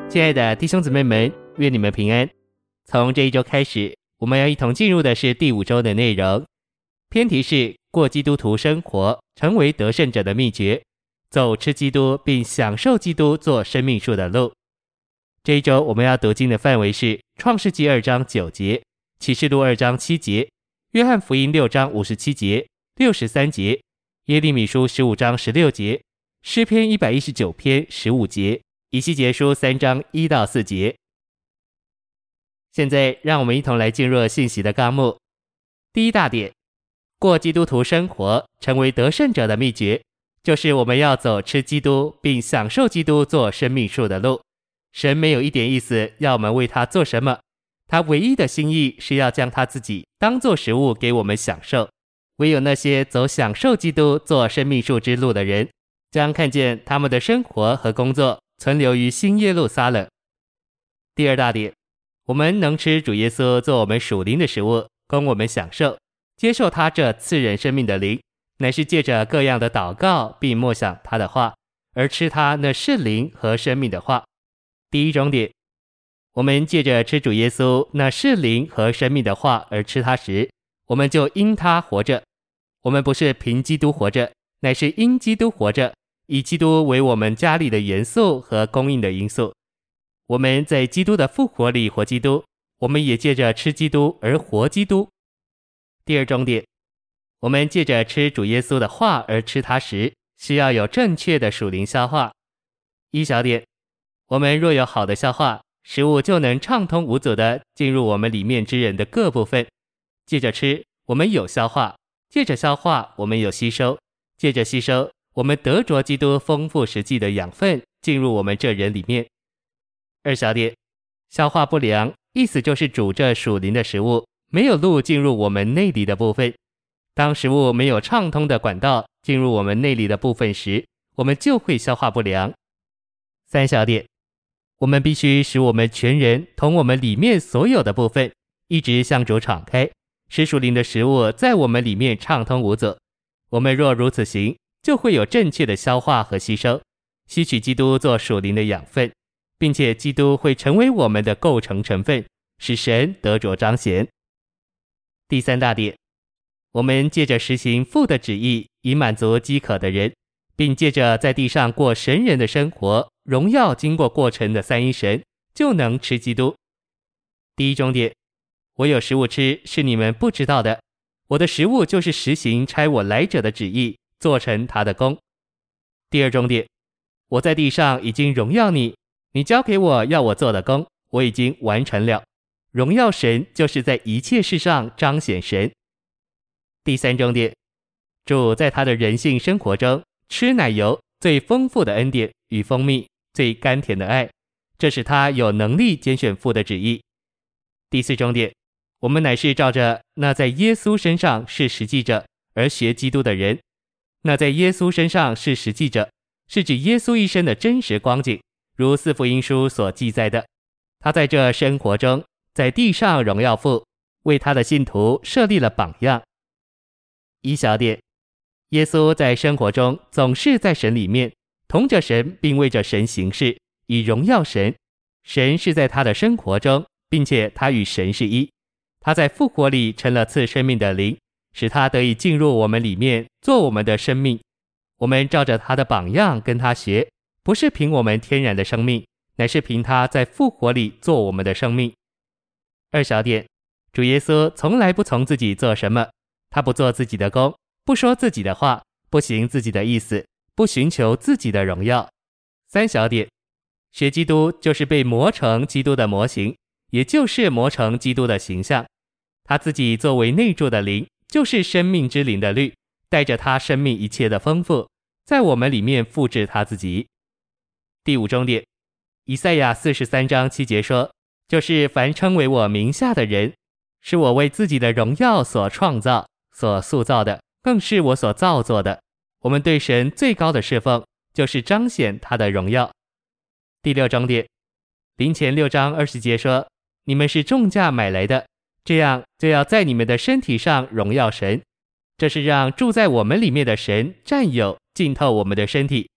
亲爱的弟兄姊妹们，愿你们平安。从这一周开始，我们要一同进入的是第5周的内容，篇题是过基督徒生活，成为得胜者的秘诀，走吃基督并享受基督做生命树的路。这一周我们要读经的范围是创世纪2章9节，启示录2章7节，约翰福音6章57节、63节，耶利米书15章16节，诗篇119篇15节，以西结书3章1到4节。现在让我们一同来进入信息的纲目。第一大点，过基督徒生活，成为得胜者的秘诀，就是我们要走吃基督并享受基督做生命树的路。神没有一点意思要我们为他做什么，他唯一的心意是要将他自己当作食物给我们享受。唯有那些走享受基督做生命树之路的人，将看见他们的生活和工作存留于新耶路撒冷。第二大点，我们能吃主耶稣做我们属灵的食物，供我们享受，接受他这赐人生命的灵，乃是借着各样的祷告并默想他的话，而吃他那是灵和生命的话。第一重点，我们借着吃主耶稣那是灵和生命的话而吃他时，我们就因他活着。我们不是凭基督活着，乃是因基督活着，以基督为我们家里的元素和供应的因素。我们在基督的复活里活基督，我们也借着吃基督而活基督。第二重点，我们借着吃主耶稣的话而吃它时，需要有正确的属灵消化。一小点，我们若有好的消化，食物就能畅通无阻地进入我们里面之人的各部分。借着吃，我们有消化；借着消化，我们有吸收；借着吸收，我们得着基督丰富实际的养分进入我们这人里面。二小点，消化不良，意思就是主这属灵的食物没有路进入我们内里的部分。当食物没有畅通的管道进入我们内里的部分时，我们就会消化不良。三小点，我们必须使我们全人同我们里面所有的部分一直向主敞开，使属灵的食物在我们里面畅通无阻。我们若如此行，就会有正确的消化和吸收，吸取基督做属灵的养分，并且基督会成为我们的构成成分，使神得着彰显。第三大点，我们借着实行父的旨意，以满足饥渴的人，并借着在地上过神人的生活，荣耀经过过程的三一神，就能吃基督。第一重点，我有食物吃是你们不知道的，我的食物就是实行差我来者的旨意，做成他的工。第二重点，我在地上已经荣耀你，你交给我要我做的工，我已经完成了。荣耀神就是在一切事上彰显神。第三重点，主在他的人性生活中吃奶油最丰富的恩典与蜂蜜最甘甜的爱，这是他有能力拣选父的旨意。第四重点，我们乃是照着那在耶稣身上是实际者而学基督的人。那在耶稣身上是实际者，是指耶稣一生的真实光景，如四福音书所记载的。他在这生活中，在地上荣耀父，为他的信徒设立了榜样。一小点，耶稣在生活中总是在神里面，同着神并为着神行事，以荣耀神。神是在他的生活中，并且他与神是一。他在复活里成了赐生命的灵，使他得以进入我们里面，做我们的生命。我们照着他的榜样跟他学，不是凭我们天然的生命，乃是凭他在复活里做我们的生命。二小点，主耶稣从来不从自己做什么，他不做自己的工，不说自己的话，不行自己的意思，不寻求自己的荣耀。三小点，学基督就是被磨成基督的模型，也就是磨成基督的形象。他自己作为内住的灵，就是生命之灵的律，带着他生命一切的丰富，在我们里面复制他自己。第五重点，以赛亚43章7节说，就是凡称为我名下的人，是我为自己的荣耀所创造所塑造的，更是我所造作的。我们对神最高的侍奉，就是彰显他的荣耀。第六重点，林前6章20节说，你们是重价买来的，这样就要在你们的身体上荣耀神。这是让住在我们里面的神占有浸透我们的身体，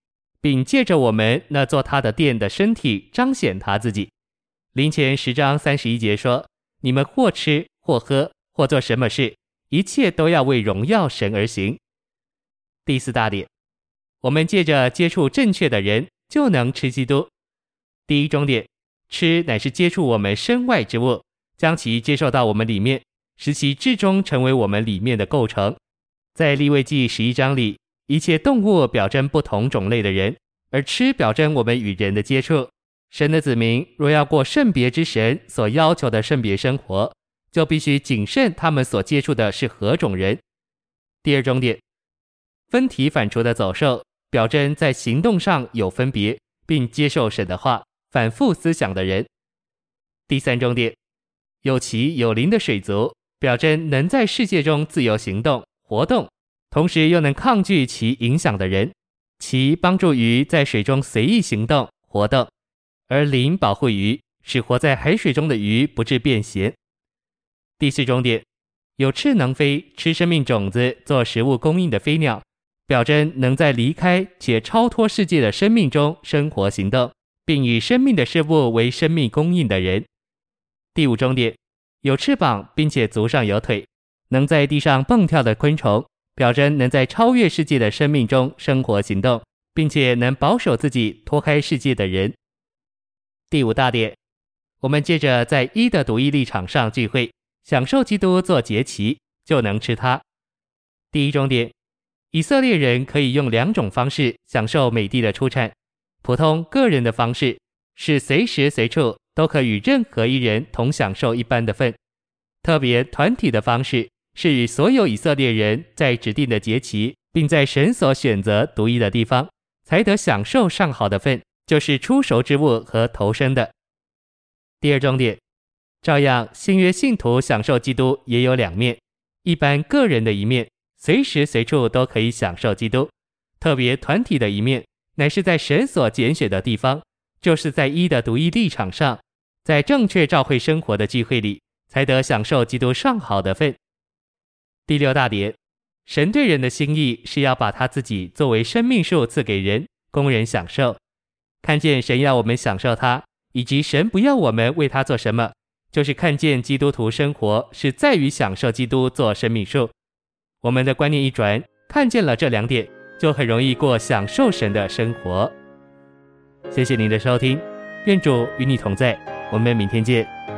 并借着我们那做他的殿的身体彰显他自己。林前10章31节说，你们或吃或喝或做什么事，一切都要为荣耀神而行。第4大点，我们借着接触正确的人就能吃基督。第一重点，吃乃是接触我们身外之物，将其接受到我们里面，使其至终成为我们里面的构成。在利未记11章里，一切动物表征不同种类的人，而吃表征我们与人的接触。神的子民若要过圣别之神所要求的圣别生活，就必须谨慎他们所接触的是何种人。第二重点，分体反刍的走兽表征在行动上有分别，并接受神的话，反复思想的人。第三重点，有鳍有鳞的水族表征能在世界中自由行动活动，同时又能抗拒其影响的人。鳍帮助鱼在水中随意行动活动，而鳞保护鱼，使活在海水中的鱼不致变咸。第四重点，有翅能飞，吃生命种子做食物供应的飞鸟，表征能在离开且超脱世界的生命中生活行动，并以生命的事物为生命供应的人。第五重点，有翅膀并且足上有腿，能在地上蹦跳的昆虫，表征能在超越世界的生命中生活行动，并且能保守自己脱开世界的人。第五大点，我们借着在一的独一立场上聚会，享受基督做节期，就能吃它。第一重点，以色列人可以用2种方式享受美地的出产。普通个人的方式是随时随处都可与任何一人同享受一般的份，特别团体的方式是与所有以色列人在指定的节期，并在神所选择独一的地方，才得享受上好的份，就是出熟之物和头生的。第二重点，照样新约信徒享受基督也有2面，一般个人的一面，随时随处都可以享受基督；特别团体的一面，乃是在神所拣选的地方，就是在一的独一立场上，在正确教会生活的聚会里，才得享受基督上好的份。第6大点，神对人的心意是要把他自己作为生命树赐给人，供人享受。看见神要我们享受他，以及神不要我们为他做什么，就是看见基督徒生活是在于享受基督做生命树。我们的观念一转，看见了这2点，就很容易过享受神的生活。谢谢您的收听，愿主与你同在，我们明天见。